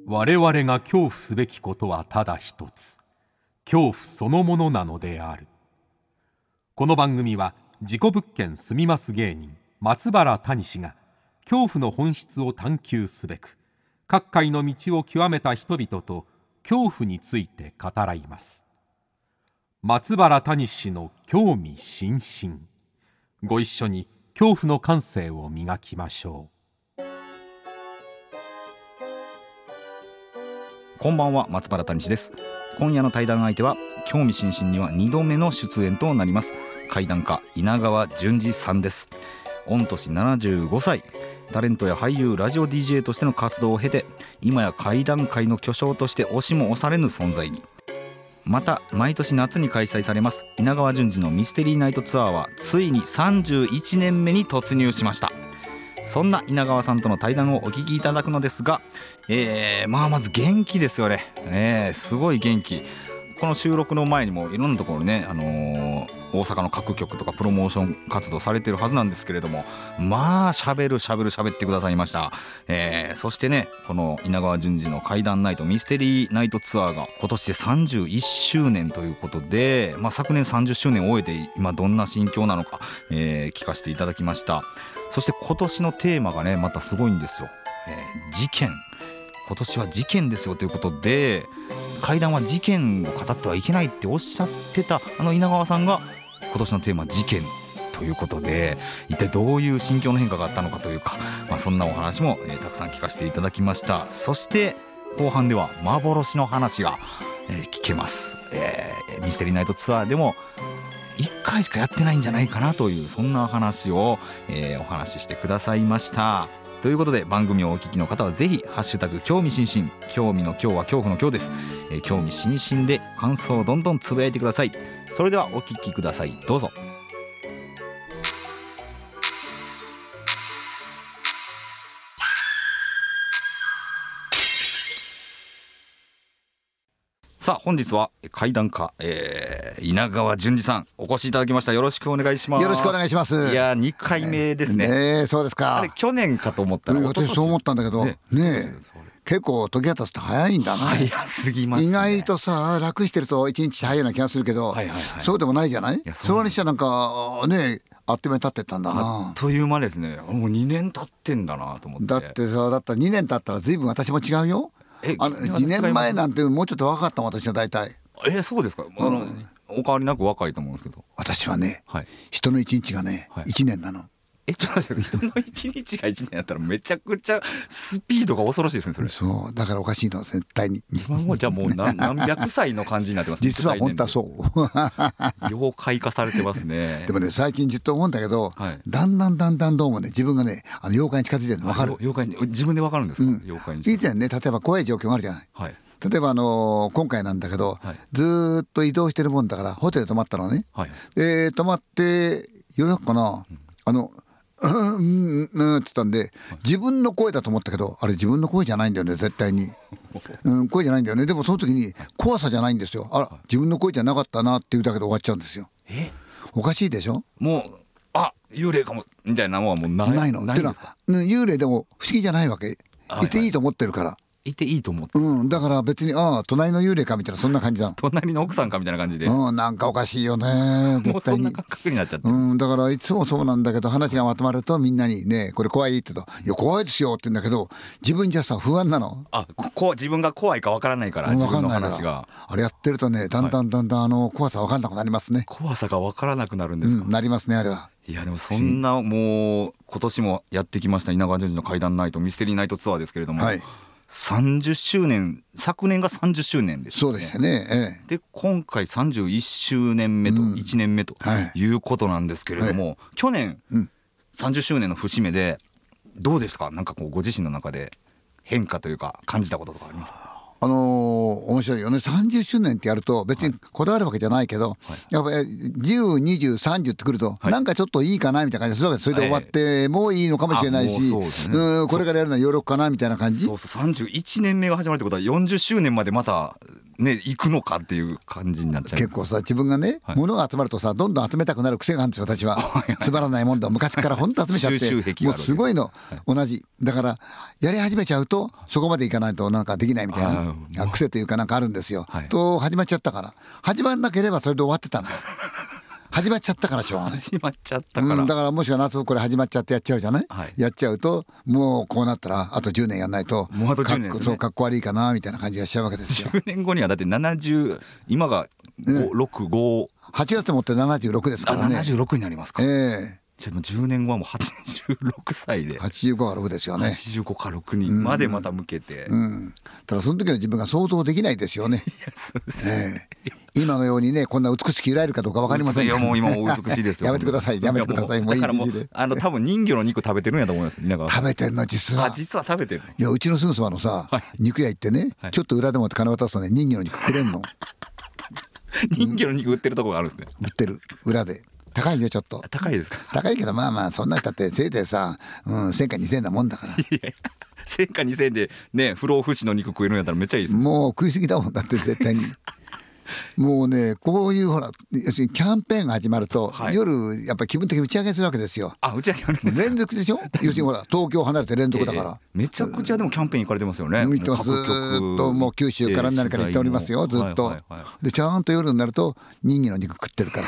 我々が恐怖すべきことはただ一つ、恐怖そのものなのである。この番組は事故物件住みます芸人松原谷氏が恐怖の本質を探求すべく各界の道を極めた人々と恐怖について語らいます。松原谷氏の興味津々、ご一緒に恐怖の感性を磨きましょう。 こんばんは、松原谷氏です。今夜の対談相手は興味津々には2度目の出演となります怪談家稲川淳二さんです。御年75歳、タレントや俳優、ラジオ DJ としての活動を経て、今や怪談界の巨匠として押しも押されぬ存在に。また毎年夏に開催されます稲川淳二のミステリーナイトツアーはついに31年目に突入しました。そんな稲川さんとの対談をお聞きいただくのですが、まず元気ですよね。すごい元気。この収録の前にもいろんなところね、大阪の各局とかプロモーション活動されてるはずなんですけれども、喋ってくださいました。そしてね、この稲川淳二の怪談ナイトミステリーナイトツアーが今年で31周年ということで、昨年30周年を終えて今どんな心境なのか、聞かせていただきました。そして今年のテーマがねまたすごいんですよ。事件。今年は事件ですよということで、怪談は事件を語ってはいけないっておっしゃってた稲川さんが今年のテーマ事件ということで、一体どういう心境の変化があったのかというか、そんなお話も、たくさん聞かせていただきました。そして後半では幻の話が、聞けます。ミステリーナイトツアーでも1回しかやってないんじゃないかなという、そんな話を、お話ししてくださいました。ということで番組をお聞きの方はぜひハッシュタグ興味津々、興味の今日は恐怖の今日です。興味津々で感想をどんどんつぶやいてください。それではお聞きください。どうぞ。さあ本日は怪談家、稲川淳二さんお越しいただきました。よろしくお願いします。 よろしくお願いします。 いや2回目ですね。 そうですか。 あれ去年かと思ったら私そう思ったんだけどね結構時が経つと早いんだな。 早すぎますね。 意外とさ楽してると一日早いような気がするけど、そうでもないじゃない。それにしてはなんかねあっという間に経ってったんだな。 あっという間ですね。もう2年経ってんだなと思って。 だってさ、だったら2年経ったら随分私も違うよ。2年前なんてもうちょっと若かったもん私は大体。 そうですか。お変わりなく若いと思うんですけど、 私はね、人の一日がね、1年なの。 ちょっと待って、人の一日が1年やったらめちゃくちゃスピードが恐ろしいですねそれ。 そうだからおかしいの絶対に。 今もじゃあもう何百歳の感じになってます。 実は本当はそう妖怪化されてますね。 でもね最近ずっと思うんだけど、だんだんどうもね自分がね妖怪に近づいてるの分かる。 妖怪に自分で分かるんですか。妖怪に聞いてるね。例えば怖い状況があるじゃない。例えば今回なんだけど、ずっと移動してるもんだからホテル泊まったのね。泊まって夜中かな、って言ったんで自分の声だと思ったけど、あれ自分の声じゃないんだよね絶対に。声じゃないんだよね。でもその時に怖さじゃないんですよ。自分の声じゃなかったなっていうだけで終わっちゃうんですよ。おかしいでしょ。もう幽霊かもみたいなものはもうないの。っていうのは幽霊でも不思議じゃないわけ。いていいと思ってるから。 いていいと思って、 だから別に隣の幽霊かみたいなそんな感じなの。 隣の奥さんかみたいな感じで、 なんかおかしいよね絶対に。 もうそんな感覚になっちゃって、 だからいつもそうなんだけど、話がまとまるとみんなにねこれ怖いって言うといや怖いですよって言うんだけど、自分じゃさ不安なの。 自分が怖いかわからないから、自分の話があれやってるとねだんだん怖さ分かんなくなりますね。 怖さが分からなくなるんですか。 なりますねあれは。 いやでもそんなもう今年もやってきました稲川淳二の怪談ナイトミステリーナイトツアーですけれども、30周年、昨年が30周年ですよね。 そうですね。 で今回31周年目と1年目ということなんですけれども、去年30周年の節目でどうですか。なんかこうご自身の中で変化というか感じたこととかありますか。 面白いよね。30周年ってやると別にこだわるわけじゃないけど、やっぱり10、20、30ってくるとなんかちょっといいかなみたいな感じでするわけで、それで終わってもういいのかもしれないし、これからやるのはよろくかなみたいな感じ。 31年目が始まるってことは40周年までまたね行くのかっていう感じになっちゃう。 結構さ自分がね、物が集まるとさどんどん集めたくなる癖があるんですよ私はつまらないもんだ昔から本当集めちゃってもうすごいの、同じだからやり始めちゃうとそこまでいかないとなんかできないみたいな癖というかなんかあるんですよ、と始まっちゃったから始まんなければそれで終わってたんだよ始まっちゃったからしょうがない。 始まっちゃったから、 だからもしか夏これ始まっちゃってやっちゃうじゃない、やっちゃうともうこうなったらあと10年やんないともうあと10年ですね、 そうかっこ悪いかなみたいな感じがしちゃうわけですよ。 10年後にはだって70今が65、 8月もって76ですからね。 76になりますか。じゃあもう10年後はもう86歳で 85か6ですよね。 85か6にまでまた向けて、 ただその時の自分が想像できないですよね。今のようにねこんな美しく揺られるかどうか分かりませんけど、 いやもう今も美しいですよやめてくださいやめてください。もういい時期で多分人魚の肉食べてるんやと思います。 食べてんの実は食べてる。 いやうちのすぐそばのさ、肉屋行ってね、ちょっと裏でもって金渡すとね人魚の肉くれんの人魚の肉売ってるとこがあるんですね。 売ってる裏で高いよちょっと。 高いですか。 高いけどまあまあそんなにだってせいぜいさ、1000か2000なもんだから。 1000か2000でね不老不死の肉食えるんやったらめっちゃいいです。 もう食いすぎだもんだって絶対に。もうねこういうほら要するにキャンペーンが始まると、夜やっぱり気分的に打ち上げするわけですよ。 打ち上げあるんですか。 連続でしょ要するにほら東京離れて連続だから、 めちゃくちゃでもキャンペーン行かれてますよね。 ずっともう九州から何から行っておりますよずっと。でちゃんと夜になると人間の肉食ってるから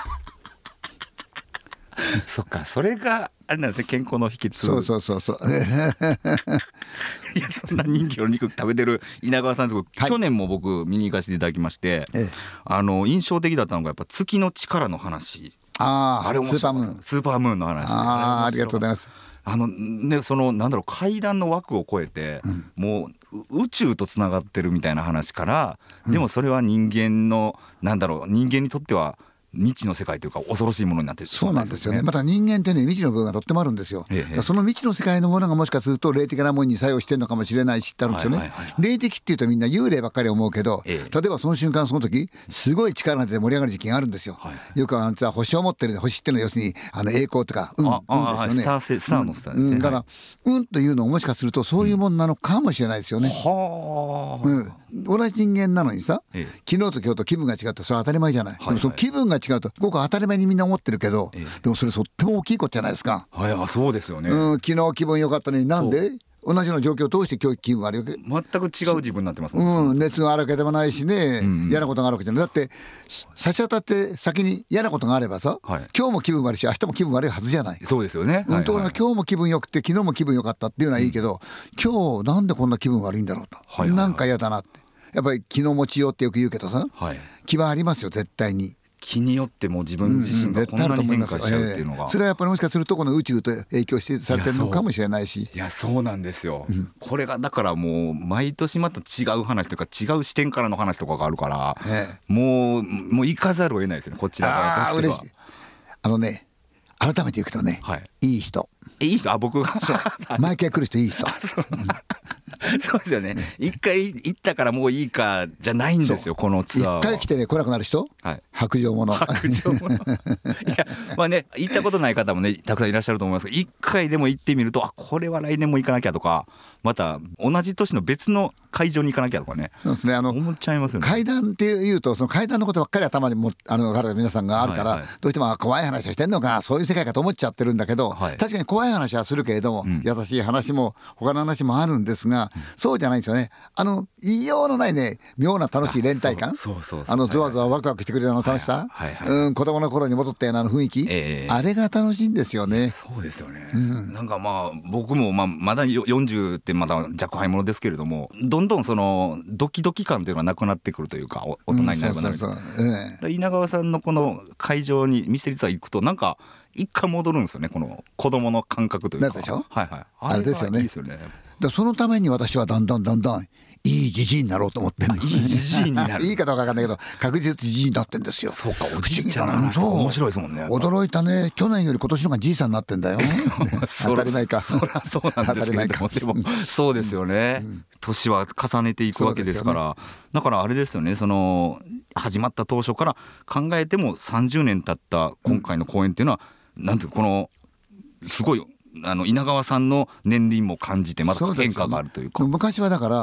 そっかそれがあれなんですね健康の秘訣。 そういやそんな人魚の肉食べてる稲川さんですけど、去年も僕見に行かせていただきまして、印象的だったのがやっぱ月の力の話。あれスーパームーンの話。 ありがとうございます。 ね、そのなんだろう階段の枠を超えて、もう宇宙とつながってるみたいな話から、でもそれは人間のなんだろう人間にとっては未知の世界というか恐ろしいものになってる。 そうなんですよね。また人間ってね未知の部分がとってもあるんですよ。その未知の世界のものがもしかすると霊的なものに作用してるのかもしれないしってあるんですよね。霊的っていうとみんな幽霊ばっかり思うけど、例えばその瞬間その時すごい力が出て盛り上がる時期があるんですよ。よく星を持ってる星っていうのは要するに栄光とかですよね。 スターのスターですね。 だからというのももしかするとそういうものなのかもしれないですよね。同じ人間なのにさ、昨日と今日と気分が違ってそれは当たり前じゃない。でもその気分が違うとここ当たり前にみんな思ってるけど、でもそれとっても大きいことじゃないですか。 そうですよね。 昨日気分良かったのになんで同じような状況を通して今日気分悪いわけ。 全く違う自分になってますもん。 熱があるわけでもないしね、嫌なことがあるわけじゃない。だって差し当たって先に嫌なことがあればさ、今日も気分悪いし明日も気分悪いはずじゃない。 そうですよね。 ところが今日も気分良くて昨日も気分良かったっていうのはいいけど、今日なんでこんな気分悪いんだろうと、なんか嫌だなって。やっぱり気の持ちようってよく言うけどさ、気はありますよ絶対に。 気によっても自分自身がこんなに変化しちゃうっていうのが、 それはやっぱりもしかするとこの宇宙と影響してされてるのかもしれないし。 いやそうなんですよ、これがだからもう毎年また違う話というか違う視点からの話とかがあるから、もう行かざるを得ないですよねこちら側としては。 嬉しい。ね改めて言うけどね、いい人僕が毎回来る人いい人そうですよね。一回行ったからもういいかじゃないんですよこのツアーは。 一回来てね来なくなる人、白状者。いやまあね行ったことない方もねたくさんいらっしゃると思いますけど、一回でも行ってみるとこれは来年も行かなきゃとか、また同じ年の別の会場に行かなきゃとかね。 そうですね。 思っちゃいますよね。 階段っていうとその階段のことばっかり頭にも分かる皆さんがあるから、どうしても怖い話をしてんのかそういう世界かと思っちゃってるんだけど、確かに怖い話はするけれども、優しい話も他の話もあるんですが、そうじゃないんですよね。言いようのないね妙な楽しい連帯感、ゾワゾワワクワクしてくれる楽しさ、子供の頃に戻ったような雰囲気、あれが楽しいんですよね。 そうですよね。なんかまあ僕もまだ40ってまだ若輩者ですけれども、どんどんそのドキドキ感というのはなくなってくるというか、大人になればなる。稲川さんのこの会場にミステリーツアー行くとなんか一回戻るんですよね、この子供の感覚というか。 なるでしょ。 あれですよね。いいですよね。 そのために私はだんだんいいじじいになろうと思ってる。 いいじじいになる。 いいかどうか分かんないけど確実にじじいになってんですよ。 そうか、おじいちゃんの人面白いですもんね。 驚いたね。去年より今年のがじいさんになってんだよ。当たり前か。 そりゃそうなんですけれども、でもそうですよね。年は重ねていくわけですから、だからあれですよね。その始まった当初から考えても30年経った今回の公演っていうのは、なんていうこのすごい稲川さんの年輪も感じてまた変化があるというか。 昔はだから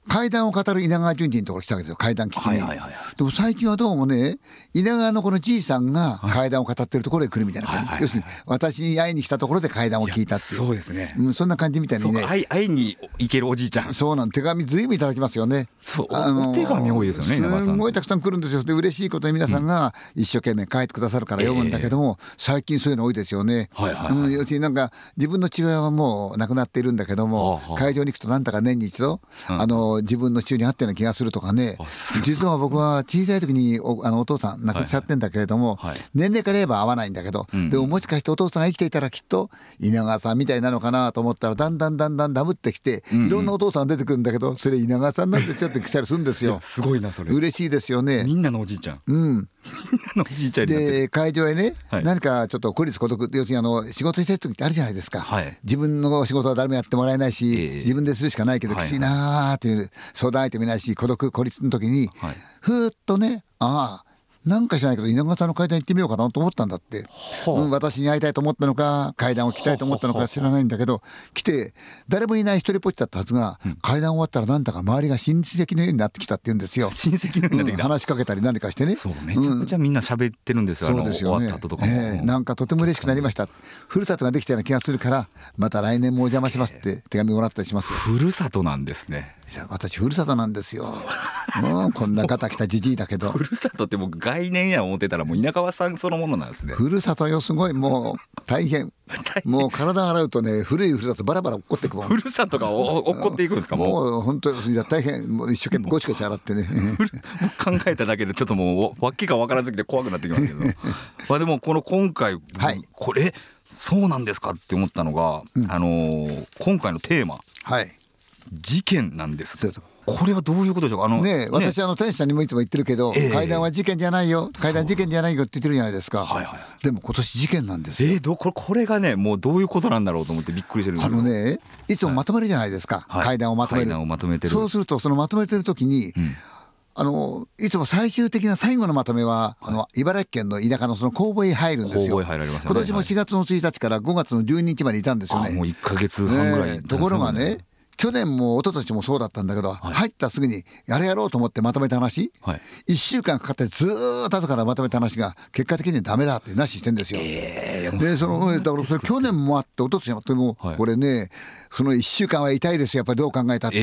怪談を語る稲川淳二のところ来たわけですよ、怪談聞きに、でも最近はどうもね、稲川のこのじいさんが怪談を語ってるところへ来るみたいな感じ、要するに私に会いに来たところで怪談を聞いたっていう、 そうですね、 そんな感じみたいにね、 会いに行けるおじいちゃん、 そうなん、手紙ずいぶんいただきますよね。 そう、お手紙多いですよね、 すごいたくさん来るんですよ。で嬉しいことに皆さんが一生懸命書いてくださるから読むんだけども、最近そういうの多いですよね。要するになんか自分の父親はもう亡くなっているんだけども、会場に行くとなんだか年に一度自分の父親に会ったような気がするとかね。実は僕は小さい時にお父さん亡くなっちゃってんだけれども、年齢から言えば会わないんだけど、でももしかしてお父さんが生きていたらきっと稲川さんみたいなのかなと思ったら、だんだんダブってきて、いろんなお父さん出てくるんだけど、それ稲川さんなんですよって来たりするんですよ。 すごいなそれ。 嬉しいですよね。 みんなのおじいちゃん。みんなのおじいちゃんになってる。 で会場へね、何かちょっと孤立孤独、要するに仕事してる時ってあるじゃないですか。自分の仕事は誰もやってもらえないし、自分でするしかないけどきついなーっていう相談相手もいないし、孤独孤立の時に、ふーっとね、なんか知らないけど稲川さんの階段行ってみようかなと思ったんだって、私に会いたいと思ったのか階段を聞きたいと思ったのか知らないんだけど、来て誰もいない一人ぽっちだったはずが、階段終わったらなんだか周りが親戚のようになってきたって言うんですよ。 親戚のようになってきた、 話しかけたり何かしてね。 そう、めちゃくちゃみんな喋ってるんですよ。 そうですよね。 終わった後とかも、 なんかとても嬉しくなりました。ふるさとができたような気がするからまた来年もお邪魔しますって手紙もらったりしますよ。 ふるさとなんですね。 私ふるさとなんですよ。こんなガタきたじじいだけどふるさとってもう概念や思ってたらもう稲川さんそのものなんですね。 ふるさとよ、すごいもう大変もう体洗うとね、古いふるさとバラバラ落っこっていくもん。 ふるさとが落っこっていくんですか。 もう本当に大変、もう一生懸命ゴチゴチ洗ってね考えただけでちょっともうわけが分からずきて怖くなってきますけどでも今回、これそうなんですかって思ったのが、今回のテーマ、事件なんです。これはどういうことでしょうか。 私天使さんにもいつも言ってるけど、怪談は事件じゃないよ、怪談事件じゃないよって言ってるじゃないですか。でも今年事件なんですよ。 これがね、もうどういうことなんだろうと思ってびっくりしてるんですけど、 いつもまとめるじゃないですか、怪談をまとめる。そうするとそのまとめてる時に、いつも最終的な最後のまとめは茨城県の田舎のその工房へ入るんですよ。今年も4月の1日から5月の12日までいたんですよね。 もう1ヶ月半ぐらい。 ところがね、去年も一昨年もそうだったんだけど、入ったすぐにやろうと思ってまとめた話、1週間かかってずーっと後からまとめた話が結果的にダメだってなししてんですよ。でだからそれ去年もあって一昨年もあっても、これね、その1週間は痛いですよ、やっぱりどう考えたって、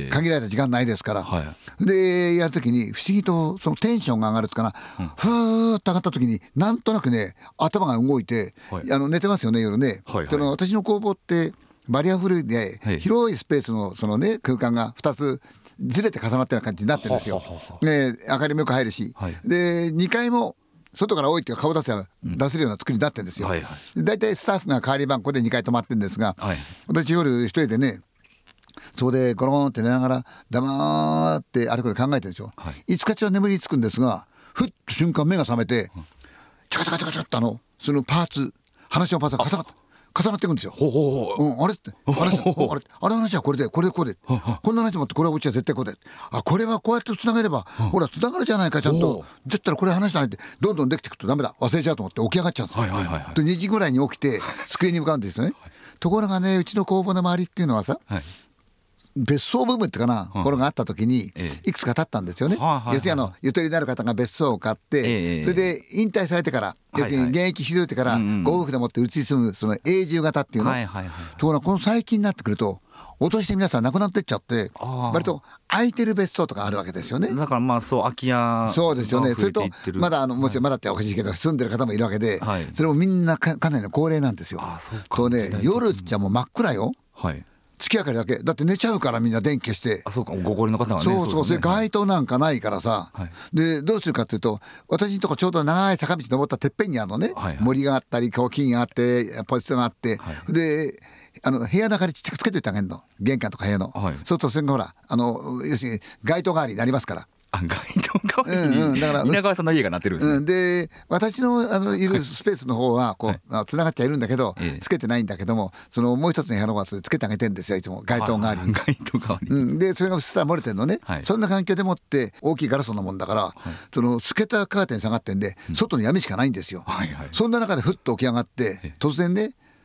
限られた時間ないですから、でやるときに不思議とそのテンションが上がるとかな、ふーっと上がったときになんとなくね頭が動いて、寝てますよね夜ね。私の工房ってバリアフリーで広いスペースのそのね空間が2つずれて重なってる感じになってるんですよ。明かりもよく入るし、で2階も外から多いっていうか顔出せるような作りになってるんですよ。だいたいスタッフが代わり番こで2階泊まってるんですが、私夜一人でねそこでゴロンって寝ながら黙ってあれこれ考えてるんですよ。いつかしら眠りにつくんですが、ふっと瞬間目が覚めてチャカチャカチャカチャっとそのパーツ、話のパーツが重なっていくんですよ。あれってあれ話はこれでこれこんな話もってこれはうちは絶対これで、これはこうやってつなげればほらつながるじゃないか、ちゃんとだったらこれ話したないってどんどんできていくとダメだ、忘れちゃうと思って起き上がっちゃうんですよ。で2時ぐらいに起きて机に向かうんですよね。ところがね、うちの工房の周りっていうのはさ、別荘部分っていうかな、これがあった時にいくつか建ったんですよね。要するにゆとりのある方が別荘を買って、それで引退されてから、要するに現役退いてからご夫婦でもってうちに住むその永住型っていうの。ところがこの最近になってくるとお年で皆さん亡くなってっちゃって、割と空いてる別荘とかあるわけですよね。 だから空き家、 そうですよね。それとまだもちろんまだっておかしいけど住んでる方もいるわけで、それもみんなかなりの高齢なんですよ。とね、夜じゃもう真っ暗よ。月明かりだけだって寝ちゃうからみんな電気消して。 そうか、ご高齢の方がね。 そうそれ街灯なんかないからさ、でどうするかっていうと、私のとこちょうど長い坂道登ったてっぺんにね、森があったり木があってポジションがあって、で部屋の中にちっちゃくつけといてあげるの、玄関とか部屋の。そうするとそれがほら要するに街灯代わりになりますから。 街灯代わりに稲川さんの家がなってるんですね。 で私のいるスペースの方はつながっちゃいるんだけど、つけてないんだけども、そのもう一つの部屋の方はそれつけてあげてるんですよ、いつも街灯代わりに。でそれがうっすら漏れてるのね。そんな環境でもって大きいガラスのもんだから、その透けたカーテン下がってんで外に闇しかないんですよ。そんな中でふっと起き上がって突然ね、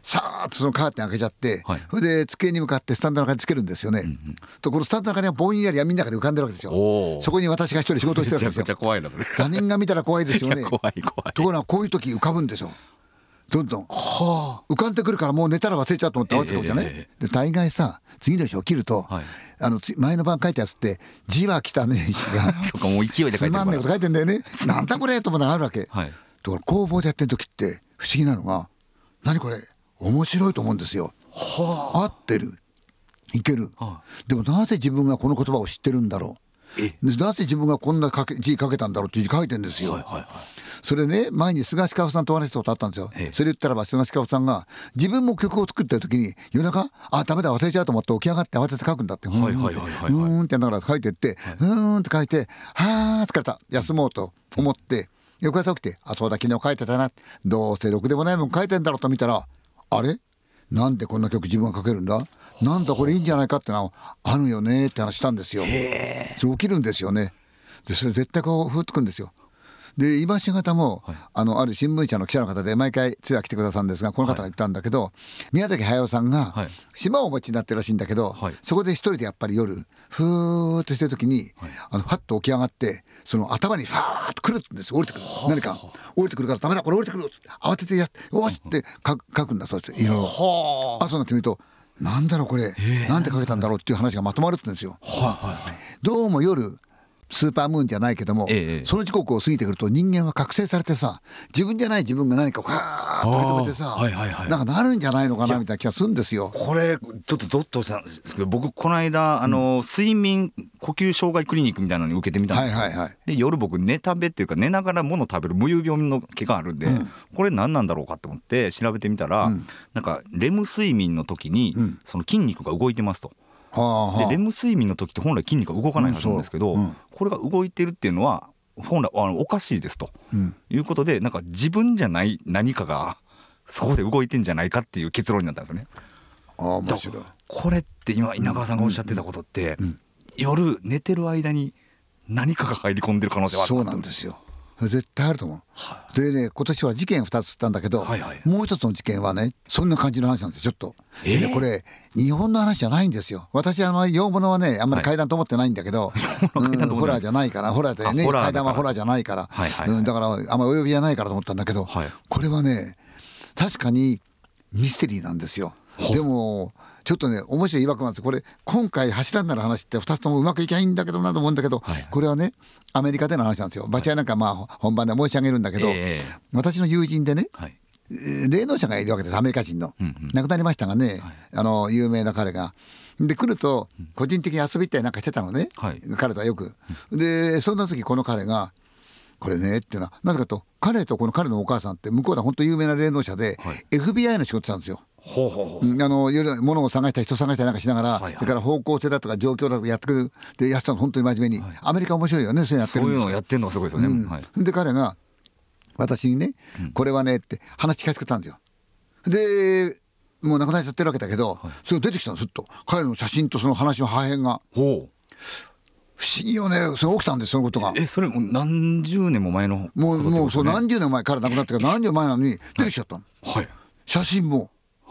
さーっとそのカーテン開けちゃって、それで机に向かってスタンドの中につけるんですよね、とこのスタンドの中にはぼんやり闇の中で浮かんでるわけですよ。そこに私が一人仕事をしてるわけですよ。 めちゃくちゃ怖いなこれ。 他人が見たら怖いですよね。 怖い怖い。 ところがこういう時浮かぶんですよ、どんどん浮かんでくるから、もう寝たら忘れちゃうと思って慌ててるわけね、で大概さ次の日起きると、前の晩書いたやつって字は汚ねえしがそうか、もう勢いで書いてるからつまんないこと書いてんだよねなんだこれと思うのがあるわけ、ところ工房でやってる時って不思議なのが、何これ面白いと思うんですよ。合ってる、いける、でもなぜ自分がこの言葉を知ってるんだろう、なぜ自分がこんな字書けたんだろうって字書いてるんですよ。それね、前に菅氏川さんとお話したことあったんですよ。それ言ったらば菅氏川さんが自分も曲を作ってる時に夜中ダメだ忘れちゃうと思って起き上がって慌てて書くんだって、ってながら書いてって、って書いて、はー疲れた休もうと思って翌朝起きて、そうだ昨日書いてたな、どうせろくでもないもん書いてんだろうと見たら、あれなんでこんな曲自分が書けるんだ、なんだこれいいんじゃないかってのはあるよねって話したんですよ。それ起きるんですよね。でそれ絶対こうふっとくるんですよ。で今し方も、ある新聞社の記者の方で毎回ツアー来てくださるんですが、この方が言ったんだけど、宮崎駿さんが島をお持ちになってるらしいんだけど、そこで一人でやっぱり夜ふーっとしてる時に、ファッと起き上がってその頭にファーッとくるんですよ。降りてくる、何か降りてくるからダメだこれ降りてくる慌ててよしって書くんだそうです。いろいろ朝になってみると、なんだろうこれ、なんで書けたんだろうっていう話がまとまるって言うんですよ。どうも夜スーパームーンじゃないけども、その時刻を過ぎてくると人間は覚醒されてさ、自分じゃない自分が何かをカーッと認めてさ、なんかなるんじゃないのかなみたいな気がするんですよ。 これちょっとゾッとしたんですけど、僕この間睡眠呼吸障害クリニックみたいなのに受けてみたんですよ。で夜僕寝食べっていうか寝ながら物食べる無遊病の毛があるんで、これ何なんだろうかと思って調べてみたら、なんかレム睡眠の時にその筋肉が動いてますと。でレム睡眠の時って本来筋肉が動かないはずなんですけど、これが動いてるっていうのは本来おかしいですと、いうことで、なんか自分じゃない何かがそこで動いてんじゃないかっていう結論になったんですよね。 面白い。 これって今稲川さんがおっしゃってたことって、夜寝てる間に何かが入り込んでる可能性はある。 そうなんですよ、絶対あると思う。でね、今年は事件2つしたんだけど、もう一つの事件はねそんな感じの話なんですよ。ちょっと、これ日本の話じゃないんですよ。私洋物はねあんまり怪談と思ってないんだけど、ホラーじゃないから、ホラーでね怪談はホラーじゃないから、だからあんまりお呼びじゃないからと思ったんだけど、これはね確かにミステリーなんですよ。でもちょっとね面白い曰くなんです。これ今回柱になる話って2つともうまくいきゃいいんだけどなと思うんだけど、これはねアメリカでの話なんですよ。場違いなんか本番で申し上げるんだけど、私の友人でね、霊能者がいるわけです。アメリカ人の、亡くなりましたがね、有名な彼がで来ると個人的に遊び行ったりなんかしてたのね、彼とはよく。でそんな時この彼がこれねっていうのはなぜかと、彼とこの彼のお母さんって向こうで本当有名な霊能者で、FBI の仕事したんですよ。夜物を探したり人探したりなんかしながら、それから方向性だとか状況だとかやってくるでやってたの本当に真面目に、アメリカ面白いよね、そういうのやってるんですよ。 そういうのやってるのがすごいですよね。 で彼が私にね、これはねって話聞かせてくれたんですよ。でもう亡くなっちゃってるわけだけど、それ出てきたのすっと彼の写真とその話の破片が。不思議よね。それ起きたんですそのことが。それも何十年も前のもうそう何十年前、彼亡くなってから何十年前なのに出てきちゃったの、写真も。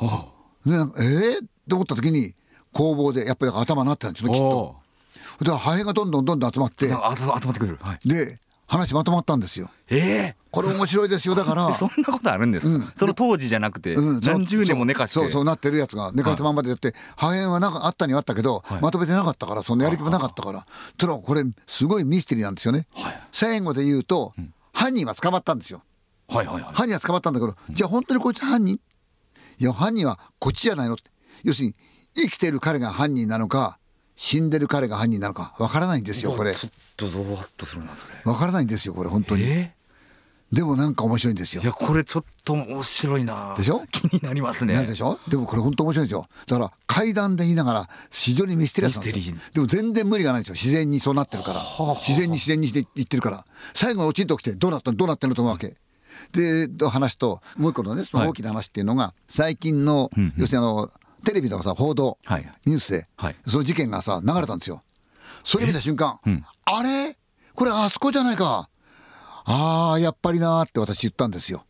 って思った時に工房でやっぱり頭になってたんですよきっと。だから破片がどんどん集まって集まってくる、 で話まとまったんですよ。これ面白いですよ。だからそんなことあるんですか、その当時じゃなくて、何十年も寝かしてそうなってるやつが寝かしたまんまでやって、破片はなんかあったにはあったけど、まとめてなかったから、そのやる気もなかったから、これすごいミステリーなんですよね。最後で言うと、犯人は捕まったんですよ。犯人は捕まったんだけど、じゃあ本当にこいつ犯人？いや犯人はこっちじゃないのって。要するに生きてる彼が犯人なのか死んでる彼が犯人なのかわからないんですよ。これちょっとゾワッとするなそれ。 わからないんですよこれ本当に。でもなんか面白いんですよ。 いやこれちょっと面白いな。 でしょ。 気になりますね。 なるでしょ。でもこれ本当面白いんですよ。だから怪談で言いながら非常にミステリアスなんですよ。でも全然無理がないんですよ。自然にそうなってるから、自然に言ってるから、最後に落ちんと起きてどうなってんのと思うわけで、話ともう一個のねその大きな話っていうのが、最近の要するにテレビのさ報道、ニュースでその事件がさ流れたんですよ。それ見た瞬間、あれこれあそこじゃないか、やっぱりなーって私言ったんですよ。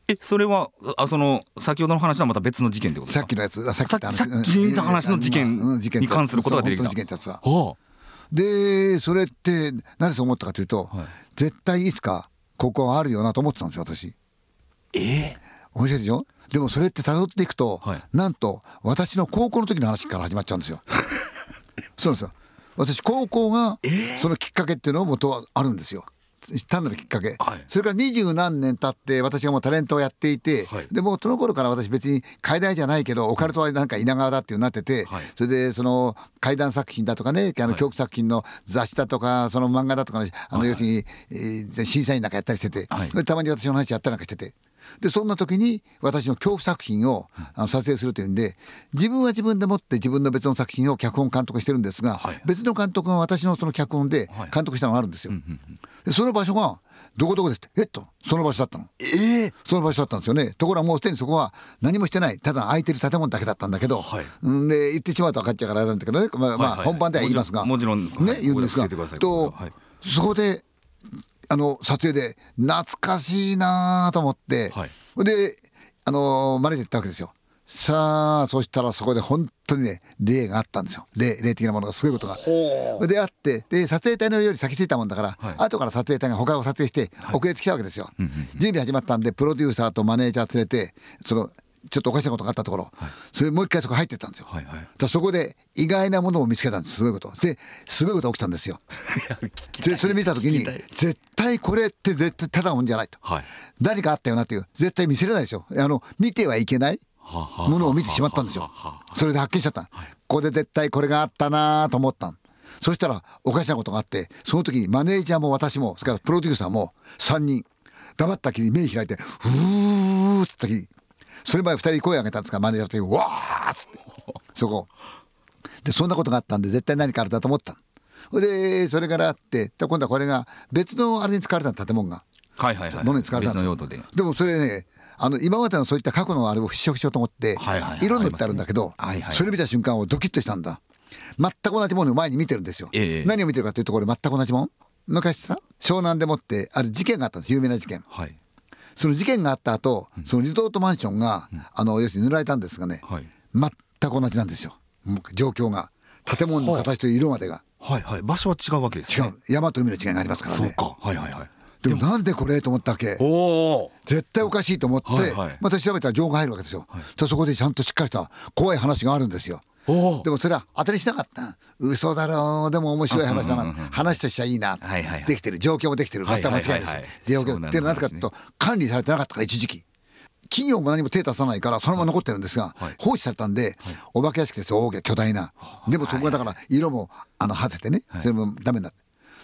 それはその先ほどの話はまた別の事件ってことですか？ さっきのやつ、さっきの話の事件に関することが出てきた。 事件ってやつは。でそれってなぜそう思ったかというと、絶対いつかここはあるよなと思ってたんですよ私。面白いでしょ。でもそれって辿っていくと、なんと私の高校の時の話から始まっちゃうんですよ。そうなんですよ。私高校がそのきっかけっていうのを元はあるんですよ。単なるきっかけ、それから20何年経って私がもうタレントをやっていて、でもうその頃から私別に怪談じゃないけどオカルトはなんか稲川だっていうなってて、それでその怪談作品だとかね、恐怖作品の雑誌だとかその漫画だとか、要するに、審査員なんかやったりしてて、たまに私の話やったりなんかしてて、でそんな時に私の恐怖作品を撮影するというんで、自分は自分でもって自分の別の作品を脚本監督してるんですが、別の監督が私のその脚本で監督したのがあるんですよ。でその場所がどこどこですってその場所だったの。その場所だったんですよね。ところがもうすでにそこは何もしてない、ただ空いてる建物だけだったんだけど、で言ってしまうと分かっちゃうからあれなんだけどね、本番では言いますが、 もちろんね言うんですが、とそこで撮影で懐かしいなと思って、でマネージャー行ったわけですよ。さあそしたらそこで本当にね霊があったんですよ。霊的なものがすごいことがであって、で撮影隊のより先着いたもんだから、後から撮影隊が他を撮影して遅れてきたわけですよ。準備始まったんでプロデューサーとマネージャー連れてそのちょっとおかしなことがあったところ、それもう一回そこ入ってったんですよ。そこで意外なものを見つけたんです。すごいことですごいこと起きたんですよ。でそれ見た時に絶対これって絶対ただのもんじゃないと、何かあったよなっていう、絶対見せれないですよ。見てはいけないものを見てしまったんですよ。それで発見しちゃった。ここで絶対これがあったなと思った。そしたらおかしなことがあって、その時にマネージャーも私もそれからプロデューサーも3人黙ったきり目開いてうーって時に、それ前2人声を上げたんですから、マネージャーとわーっつってそこでそんなことがあったんで絶対何かあるだと思ったの。でそれからあって、今度はこれが別のあれに使われた建物がものに使われたんですよ。でもそれね今までのそういった過去のあれを払拭しようと思って色塗ってあるんだけど、それ見た瞬間をドキッとしたんだ。全く同じものを前に見てるんですよ。何を見てるかというとこれ全く同じもん。昔さ湘南でもってある事件があったんです。有名な事件。その事件があった後、そのリゾートマンションが要するに塗られたんですがね、全く同じなんですよ。状況が、建物の形という色までが、 場所は違うわけですね。 違う、山と海の違いがありますからね。でもなんでこれと思ったわけ。絶対おかしいと思って、また調べたら情報が入るわけですよ。そこでちゃんとしっかりした怖い話があるんですよ。でもそれは当たりしなかった。嘘だろう、でも面白い話だな、話としてはいいな、できてる、状況もできてる、全く間違いないです。状況っていうのは何かというと管理されてなかったから、一時期企業も何も手出さないからそのまま残ってるんですが、放置されたんでお化け屋敷ですよ、大きな巨大な。でもそこがだから色も外せてね、それもダメになって、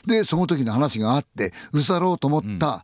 でその時の話があって嘘だろうと思った。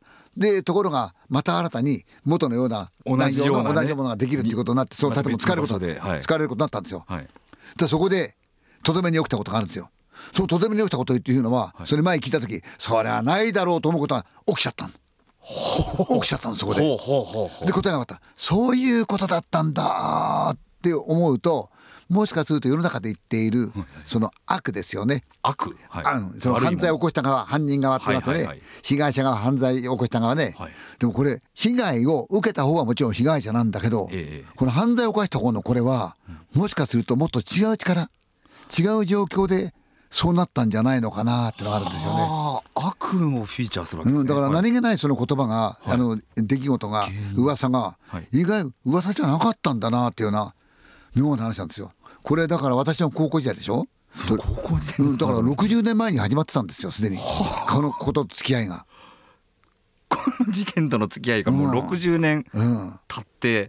でところがまた新たに元のような内容の同じものができるっていうことになって、その建物使われることになったんですよ。でそこでとどめに起きたことがあるんですよ。そのとどめに起きたことっていうのは、それ前聞いた時それはないだろうと思うことが起きちゃったの。起きちゃったのそこで。で答えがまたそういうことだったんだって思うと、もしかすると世の中で言っているその悪ですよね。 悪、 その犯罪を起こした側、犯人側って言いますよね。被害者側、犯罪を起こした側ね。でもこれ被害を受けた方はもちろん被害者なんだけど、この犯罪を起こした方のこれはもしかするともっと違う力、違う状況でそうなったんじゃないのかなっていうのがあるんですよね。 悪をフィーチャーするわけですね。 だから何気ないその言葉が、出来事が、噂が意外噂じゃなかったんだなっていうような妙な話なんですよ。これだから私の高校時代でしょ。 高校時代だから60年前に始まってたんですよ、すでに。このことと付き合いが、 この事件との付き合いがもう60年経って、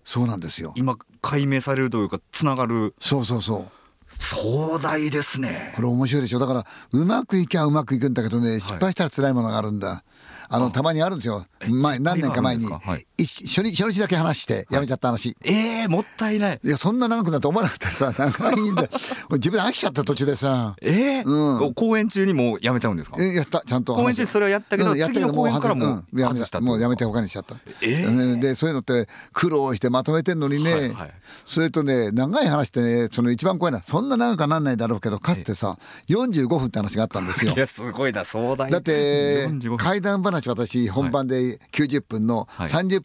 そうなんですよ。 今解明されるというかつながる。 そう壮大ですね。 これ面白いでしょ。だからうまくいきゃうまくいくんだけどね、失敗したら辛いものがあるんだ。たまにあるんですよ。何年か前に初日だけ話してやめちゃった話。 もったいない。 いやそんな長くなって思わなかったらさ、長いんだ。自分で飽きちゃった途中でさ。 公演中にもうやめちゃうんですか。 やった、ちゃんと公演中それはやったけど、次の公演からもう外した。 もうやめて他にしちゃった。でそういうのって苦労してまとめてんのにね。それとね、長い話ってね、その一番怖いのはそんな長くはなんないだろうけど、かつてさ45分って話があったんですよ。 いやすごいな、壮大。 だって怪談話、私本番で90分の30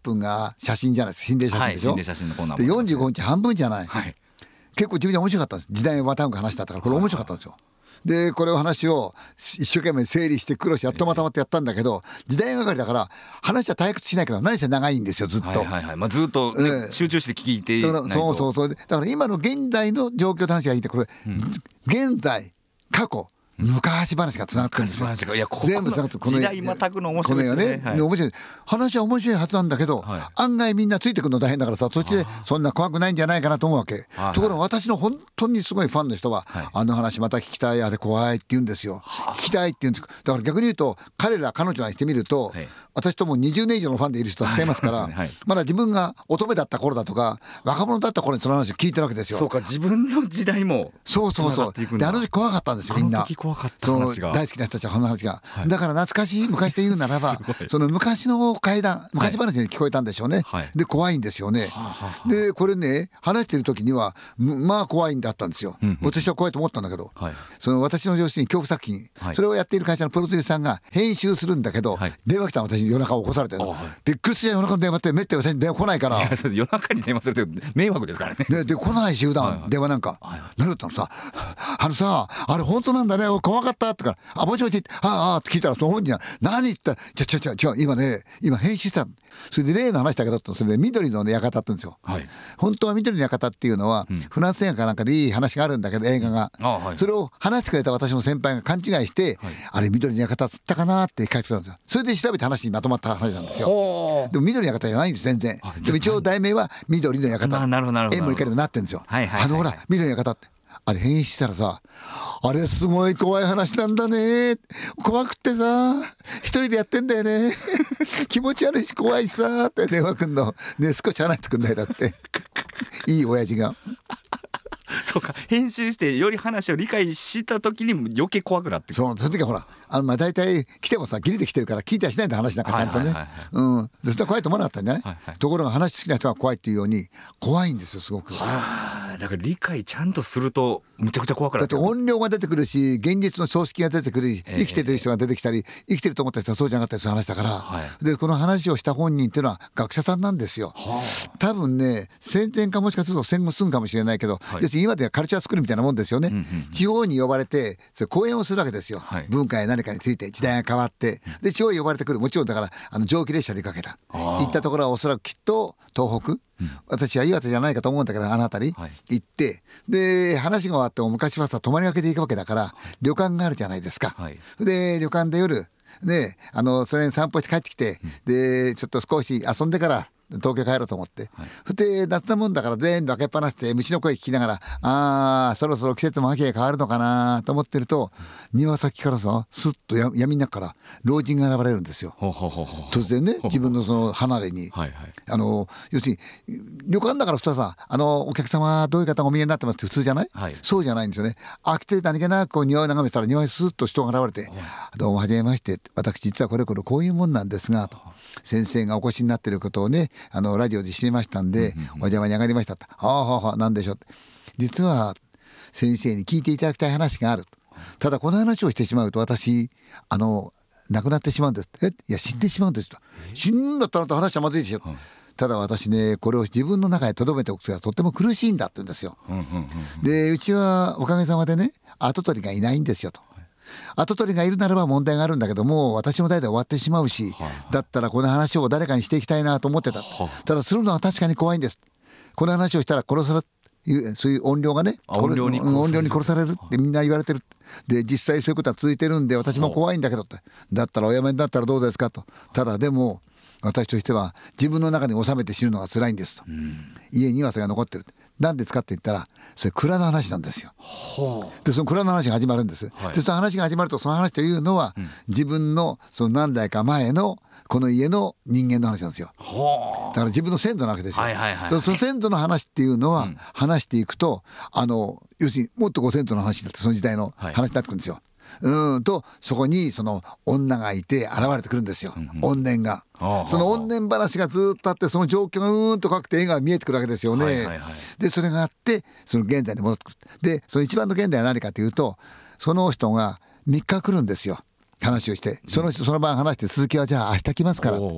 分が写真じゃないですか、心霊写真でしょ、 心霊写真のコーナーで45日半分じゃない、結構自分で面白かったんです。時代をまたぐ話だったからこれ面白かったんですよ。でこれを話を一生懸命整理して苦労してやっとまとまってやったんだけど、時代係だから話は退屈しないけど何せ長いんですよずっと、 ずっと、集中して聞いてないと。 そうだから今の現代の状況の話がいいって、これ、現在過去昔話がつながってるんですよ。全部つながってる。 時代またぐの面白いですね。 面白い話は面白いはずなんだけど、案外みんなついてくるの大変だからさ、そっちでそんな怖くないんじゃないかなと思うわけ。ところが私の本当にすごいファンの人は、あの話また聞きたい、あれ怖いって言うんですよ。聞きたいって言うんです。だから逆に言うと彼ら彼女にしてみると、私とも20年以上のファンでいる人は使いますからまだ自分が乙女だった頃だとか若者だった頃にその話を聞いてるわけですよ。 そうか、自分の時代もそうであの時怖かったんですよみんな。 怖かった話が、 大好きな人たちはこの話が、だから懐かしい昔で言うならばその昔の怪談、昔話に聞こえたんでしょうね、で怖いんですよね。でこれね話してる時にはまあ怖いんだったんですよ。私は怖いと思ったんだけど、その私の上司に恐怖作品、それをやっている会社のプロデューサーが編集するんだけど、電話来たの私に夜中起こされて、びっくりした。夜中の電話ってめったに私に電話来ないから。 夜中に電話するって迷惑ですからね。 で来ないし普段電話なんか何だったのさ、あれ本当なんだね怖かったとか、もちもちって聞いたらその本人は何言ったら違う今編集した。それで例の話だけどそれで緑の館って言うんですよ、本当は緑の館っていうのは、フランス映画かなんかでいい話があるんだけど映画が、それを話してくれた私の先輩が勘違いして、あれ緑の館っつったかなって書いてくれたんですよ。それで調べて話にまとまった話なんですよ。でも緑の館じゃないんです全然。でも一応題名は緑の館、縁も怒りもなってるんですよ。ほら緑の館ってあれ編集したらさ、あれすごい怖い話なんだね、怖くってさ一人でやってんだよね気持ち悪いし怖いさって電話くんのね、少し話してくんないだっていい親父がそうか、編集してより話を理解した時に余計怖くなってくる。 その時はほら大体来てもさギリで来てるから聞いたりしないんだ話なんかちゃんとね。そしたら怖いと思わなかったんじゃない、ところが話好きな人が怖いっていうように怖いんですよすごく。 だから理解ちゃんとするとむちゃくちゃ怖くなってだって音量が出てくるし現実の常識が出てくるし、生きてる人が出てきたり生きてると思った人はそうじゃなかったりする話だから、でこの話をした本人っていうのは学者さんなんですよ。多分ね戦前かもしかすると戦後すぐかもしれないけど、要するに今ではカルチャースクールみたいなもんですよね。地方に呼ばれてそれ講演をするわけですよ、文化や何かについて時代が変わって、で地方に呼ばれてくる。もちろんだから蒸気列車でかけた行ったところはおそらくきっと東北、私は岩手じゃないかと思うんだけどあの辺り行って、で話が終わっても昔はさ泊まりがけで行くわけだから旅館があるじゃないですか、で旅館で夜ねそれに散歩して帰ってきて、でちょっと少し遊んでから東京帰ろうと思って、で夏なもんだから全部開けっぱなして虫の声聞きながらそろそろ季節も秋が変わるのかなと思ってると、庭先からさスッと闇の中から老人が現れるんですよ。突然ね自分のその離れに、要するに旅館だから普通はさお客様どういう方がお見えになってますって普通じゃない、そうじゃないんですよね。開けて何気なく庭を眺めてたら庭にスッと人が現れて、どうもはじめまして、私実はこれこういうもんなんですがと、先生がお越しになっていることをねラジオで知りましたんで、お邪魔に上がりましたって。なんでしょうって。実は先生に聞いていただきたい話がある。ただこの話をしてしまうと私亡くなってしまうんです。いや死んでしまうんですと。死んだったらと話はまずいでしょ、ただ私ねこれを自分の中に留めておくとはとっても苦しいんだって言うんですよ。でうちはおかげさまでね跡取りがいないんですよと。跡取りがいるならば問題があるんだけども私の代で終わってしまうし、だったらこの話を誰かにしていきたいなと思ってた。ただするのは確かに怖いんです。この話をしたら殺される、そういう音量がね音量に殺されるってみんな言われてる。で実際そういうことは続いてるんで私も怖いんだけどって。だったらおやめになったらどうですかと。ただでも私としては自分の中に収めて死ぬのが辛いんですと、家にはそれが残ってる。なんで使って言ったらそれ蔵の話なんですよ。でその蔵の話が始まるんです、でその話が始まるとその話というのは、自分のその何代か前のこの家の人間の話なんですよ。だから自分の先祖なわけですよ、その先祖の話っていうのは、話していくと要するにもっとご先祖の話だってその時代の話になってくるんですよ。そこにその女がいて現れてくるんですよ、怨念が。その怨念話がずっとあってその状況がとかくて絵が見えてくるわけですよね。でそれがあってその現代に戻ってくる。でその一番の現代は何かというとその人が3日来るんですよ話をして、その晩話して続きはじゃあ明日来ますから。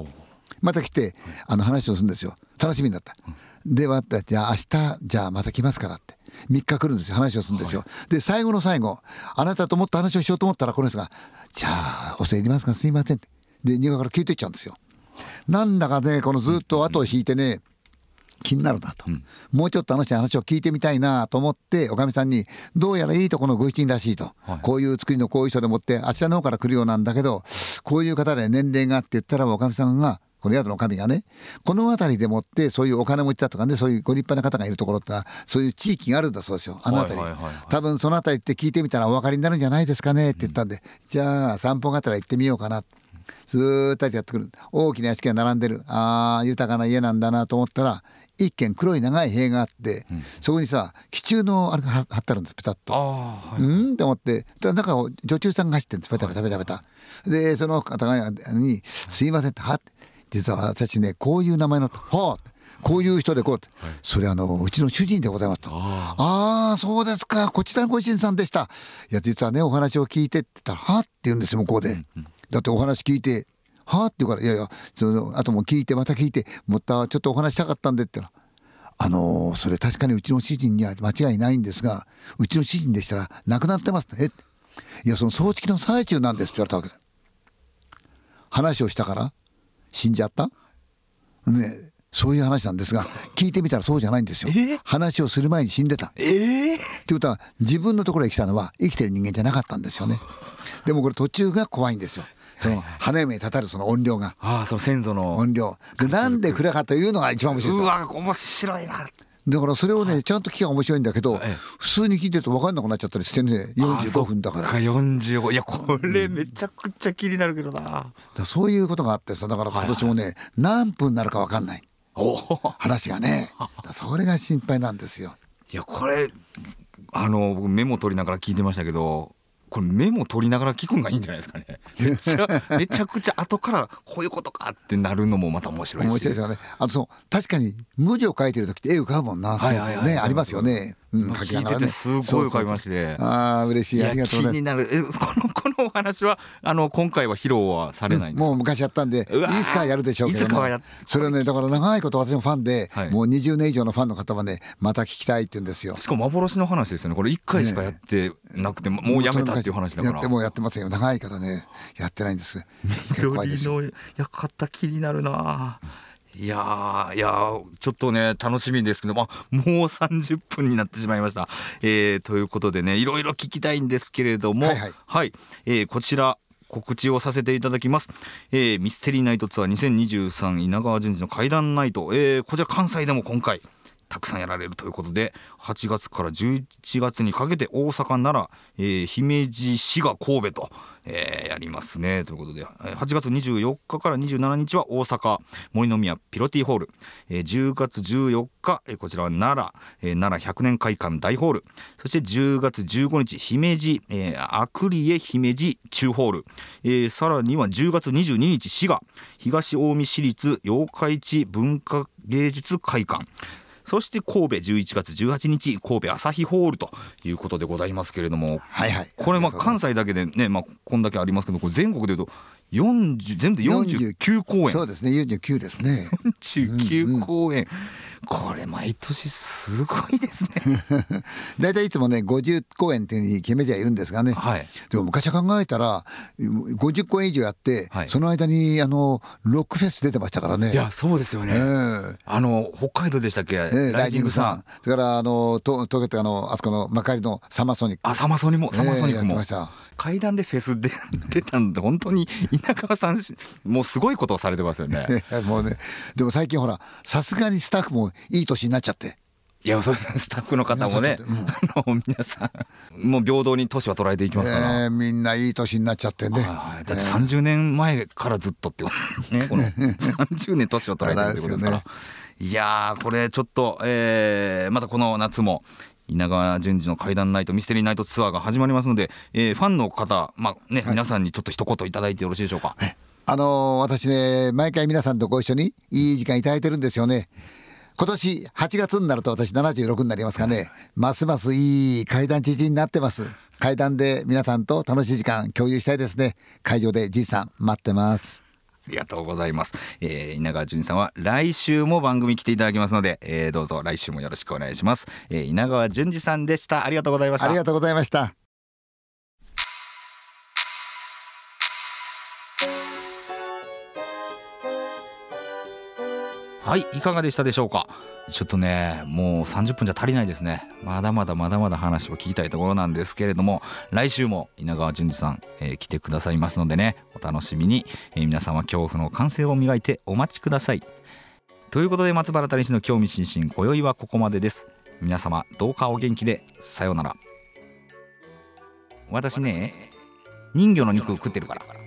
また来て話をするんですよ。楽しみになった。でまたじゃあ明日じゃあまた来ますからって3日来るんですよ。話をするんですよ。で最後の最後、あなたともっと話をしようと思ったらこの人がじゃあ恐れ入りますがすいませんってで庭から消えていっちゃうんですよ。なんだかねこのずっと後を引いてね、気になるなと、もうちょっとあの人に話を聞いてみたいなと思っておかみさんにどうやらいいとこのご一員らしいと、こういう作りのこういう人でもってあちらの方から来るようなんだけどこういう方で年齢があって言ったらおかみさんがこの宿の神がねこの辺りでもってそういうお金持ちだとかねそういうご立派な方がいるところってのはそういう地域があるんだそうですよ。あの辺り、多分その辺りって聞いてみたらお分かりになるんじゃないですかねって言ったんで、じゃあ散歩がてら行ってみようかな。ずーっとやってくる大きな屋敷が並んでる豊かな家なんだなと思ったら一軒黒い長い塀があって、そこにさ気柱のあれが貼ってあるんです。ペタッとって思って中を女中さんが走ってるんです。ペタペタペタペタでその方にすいませんって実は私ねこういう名前のこういう人でこうって、それうちの主人でございますと。そうですかこちらのご主人さんでした。いや実はねお話を聞いてって言ったらって言うんですよ向こうで。だってお話聞いてって言うからいやいやあとも聞いてまた聞いてまたちょっとお話したかったんでってそれ確かにうちの主人には間違いないんですがうちの主人でしたら亡くなってますね。いやその葬式の最中なんですって言われたわけで、話をしたから死んじゃったね、そういう話なんですが聞いてみたらそうじゃないんですよ。話をする前に死んでた。っていうことは自分のところへ来たのは生きてる人間じゃなかったんですよね。でもこれ途中が怖いんですよ。その花嫁にたたるその音量がその先祖の音量でなんで暗かというのが一番面白いですよ。 うわ面白いな。 だからそれをねちゃんと聞きが面白いんだけど普通に聞いてると分かんなくなっちゃったりしてね45分だから 45いやこれめちゃくちゃ気になるけどな。 そういうことがあってさだから今年もね何分になるか分かんない話がねそれが心配なんですよ。 いやこれ僕メモ取りながら聞いてましたけどこれメモ取りながら聞くんがいいんじゃないですかね。めちゃくちゃ後からこういうことかってなるのもまた面白いし。 面白いですよね。確かに文字を書いてる時って絵浮かぶもんな。ありますよね。 聞いててすごい浮かびまして。 嬉しいありがとうございます。 気になるこのお話は今回は披露はされないんですか。 もう昔やったんでいつかやるでしょうけどね。それはねだから長いこと私もファンでもう20年以上のファンの方はねまた聞きたいって言うんですよ。 しかも幻の話ですよね。これ1回しかやってなくてもうやめたっていう話だから。 やってませんよ。長いからねやってないんです。 緑の館気になるな。いやちょっとね楽しみですけどもう30分になってしまいました。ということでねいろいろ聞きたいんですけれどもこちら告知をさせていただきます。ミステリーナイトツアー2023稲川淳二の怪談ナイト、こちら関西でも今回たくさんやられるということで8月から11月にかけて大阪、奈良、姫路、滋賀、神戸と、やりますねということで8月24日から27日は大阪森の宮ピロティホール、10月14日こちらは奈良100年会館大ホール、そして10月15日姫路、アクリエ姫路中ホール、さらには10月22日滋賀東近江市立八日市文化芸術会館、そして神戸11月18日神戸朝日ホールということでございますけれども、これ関西だけでね、こんだけありますけどこれ全国でいうと全部で49公演。 そうですね49ですね。 49公演、これ毎年すごいですね。 だいたいいつもね50公演っていうふうに決めてはいるんですがね、でも昔考えたら50公演以上やって、その間にロックフェス出てましたからね。 いやそうですよね、北海道でしたっけ、ライジングさん、 それから東京ってあそこの幕張のサマーソニック、 サマーソニックもやってました。 階段でフェスで出たんで本当に稲川さんもうすごいことをされてますよね。 もうねでも最近ほらさすがにスタッフもいい年になっちゃって、 いやそうスタッフの方もね、皆さんもう平等に年は捉えていきますから、 みんないい年になっちゃってね、 だって30年前からずっとってねこの30年年を捉えてるってことですから、いやこれちょっと、またこの夏も稲川淳二の怪談ナイトミステリーナイトツアーが始まりますので、ファンの方、皆さんにちょっと一言いただいてよろしいでしょうか。 私ね毎回皆さんとご一緒にいい時間いただいてるんですよね。今年8月になると私76になりますがね、ますますいい怪談知人になってます。怪談で皆さんと楽しい時間共有したいですね。会場でじいさん待ってます。 りがとうございます。稲川淳二さんは来週も番組来ていただきますので、どうぞ来週もよろしくお願いします。稲川淳二さんでした。ありがとうございました。 ありがとうございました。 はい、いかがでしたでしょうか。ちょっとねもう30分じゃ足りないですね。まだまだ話を聞きたいところなんですけれども、来週も稲川淳二さん、来てくださいますのでね、お楽しみに。皆さんは恐怖の感性を磨いてお待ちください。ということで松原谷氏の興味津々、今宵はここまでです。皆様どうかお元気で。さようなら。私ね人魚の肉食ってるから。